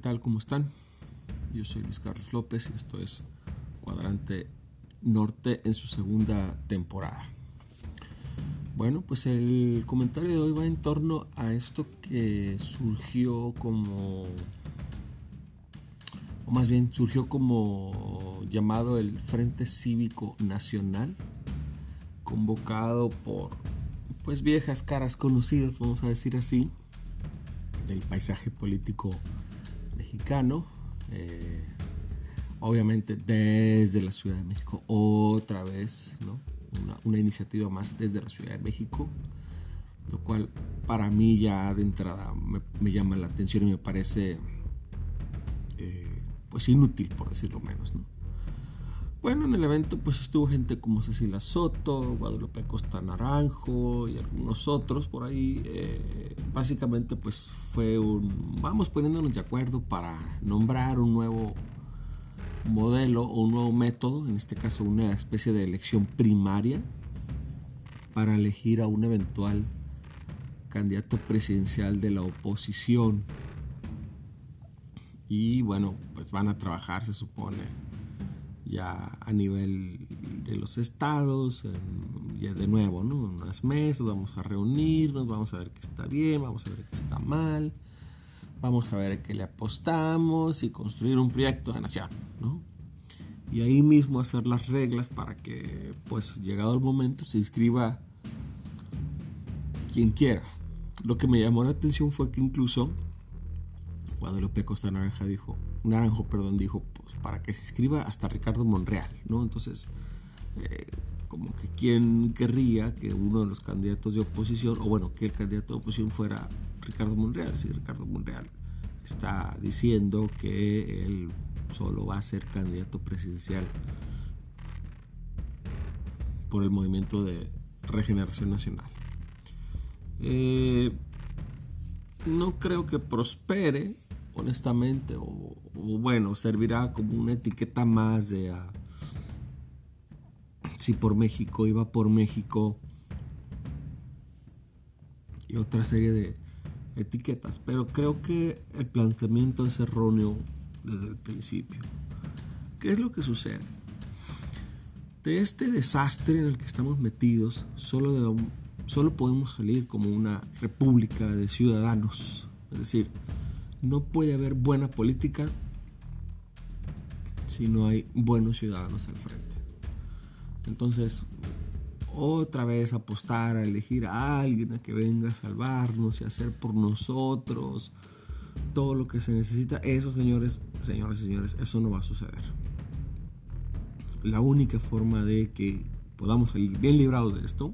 tal? ¿Cómo están? Yo soy Luis Carlos López y esto es Cuadrante Norte en su segunda temporada. Bueno, pues el comentario de hoy va en torno a esto que surgió como llamado el Frente Cívico Nacional, convocado por pues viejas caras conocidas, vamos a decir así, del paisaje político mexicano, obviamente desde la Ciudad de México, otra vez, ¿no? Una iniciativa más desde la Ciudad de México, lo cual para mí ya de entrada me llama la atención y me parece pues inútil, por decirlo menos, ¿no? Bueno, en el evento pues estuvo gente como Cecilia Soto, Guadalupe Costa Naranjo y algunos otros por ahí. Básicamente pues fue vamos poniéndonos de acuerdo para nombrar un nuevo modelo o un nuevo método, en este caso una especie de elección primaria para elegir a un eventual candidato presidencial de la oposición. Y bueno, pues van a trabajar, se supone, ya a nivel de los estados, ya de nuevo, ¿no? En unas mesas vamos a reunirnos, vamos a ver qué está bien, vamos a ver qué está mal, vamos a ver qué le apostamos y construir un proyecto de nación, ¿no? Y ahí mismo hacer las reglas para que, pues, llegado el momento, se inscriba quien quiera. Lo que me llamó la atención fue que incluso Guadalupe Costa Naranjo dijo, pues, para que se inscriba hasta Ricardo Monreal, ¿no? Entonces, como que quién querría que uno de los candidatos de oposición, o bueno, que el candidato de oposición fuera Ricardo Monreal. Si Ricardo Monreal está diciendo que él solo va a ser candidato presidencial por el Movimiento de Regeneración Nacional. No creo que prospere, honestamente, o bueno, servirá como una etiqueta más de si por México, iba por México y otra serie de etiquetas, pero creo que el planteamiento es erróneo desde el principio. ¿Qué es lo que sucede? De este desastre en el que estamos metidos, solo podemos salir como una república de ciudadanos. Es decir, no puede haber buena política si no hay buenos ciudadanos al frente. Entonces, otra vez apostar a elegir a alguien a que venga a salvarnos y hacer por nosotros todo lo que se necesita, eso, señores, eso no va a suceder. La única forma de que podamos salir bien librados de esto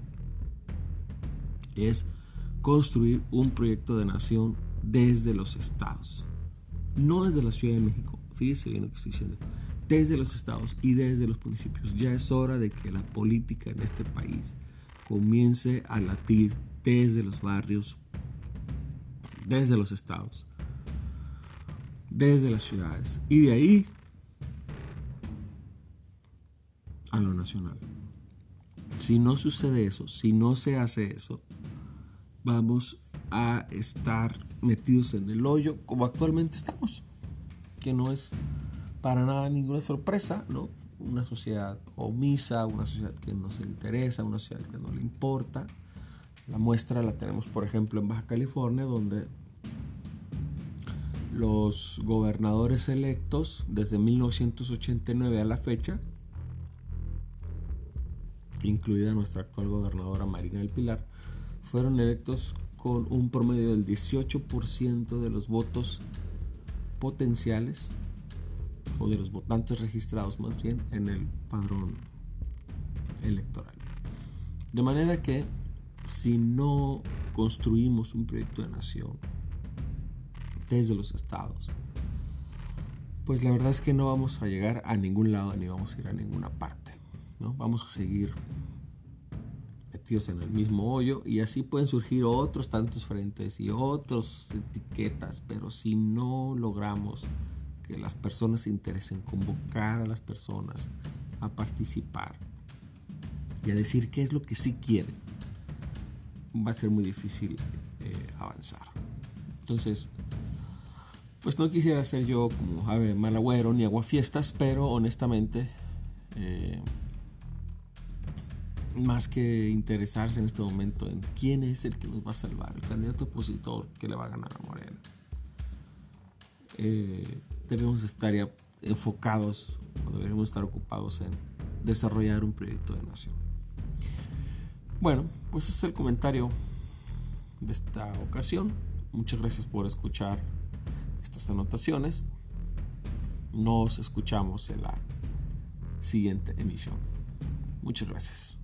es construir un proyecto de nación desde los estados, no desde la Ciudad de México. Fíjense bien lo que estoy diciendo, desde los estados y desde los municipios. Ya es hora de que la política en este país comience a latir desde los barrios, desde los estados, desde las ciudades, y de ahí a lo nacional. Si no sucede eso, si no se hace eso, vamos a estar metidos en el hoyo como actualmente estamos, que no es para nada ninguna sorpresa, ¿no? Una sociedad omisa, una sociedad que no se interesa, una sociedad que no le importa. La muestra la tenemos, por ejemplo, en Baja California, donde los gobernadores electos desde 1989 a la fecha, incluida nuestra actual gobernadora Marina del Pilar, fueron electos con un promedio del 18% de los votos potenciales, o de los votantes registrados más bien, en el padrón electoral. De manera que si no construimos un proyecto de nación desde los estados, pues la verdad es que no vamos a llegar a ningún lado ni vamos a ir a ninguna parte, ¿no? Vamos a seguir metidos en el mismo hoyo, y así pueden surgir otros tantos frentes y otras etiquetas, pero si no logramos que las personas se interesen, convocar a las personas a participar y a decir qué es lo que sí quieren, va a ser muy difícil avanzar. Entonces, Pues no quisiera ser yo como ave mal agüero ni aguafiestas, pero honestamente, más que interesarse en este momento en quién es el que nos va a salvar, el candidato opositor que le va a ganar a Morena, debemos estar ya enfocados, o deberíamos estar ocupados en desarrollar un proyecto de nación. Bueno, pues ese es el comentario de esta ocasión. Muchas gracias por escuchar estas anotaciones. Nos escuchamos en la siguiente emisión. Muchas gracias.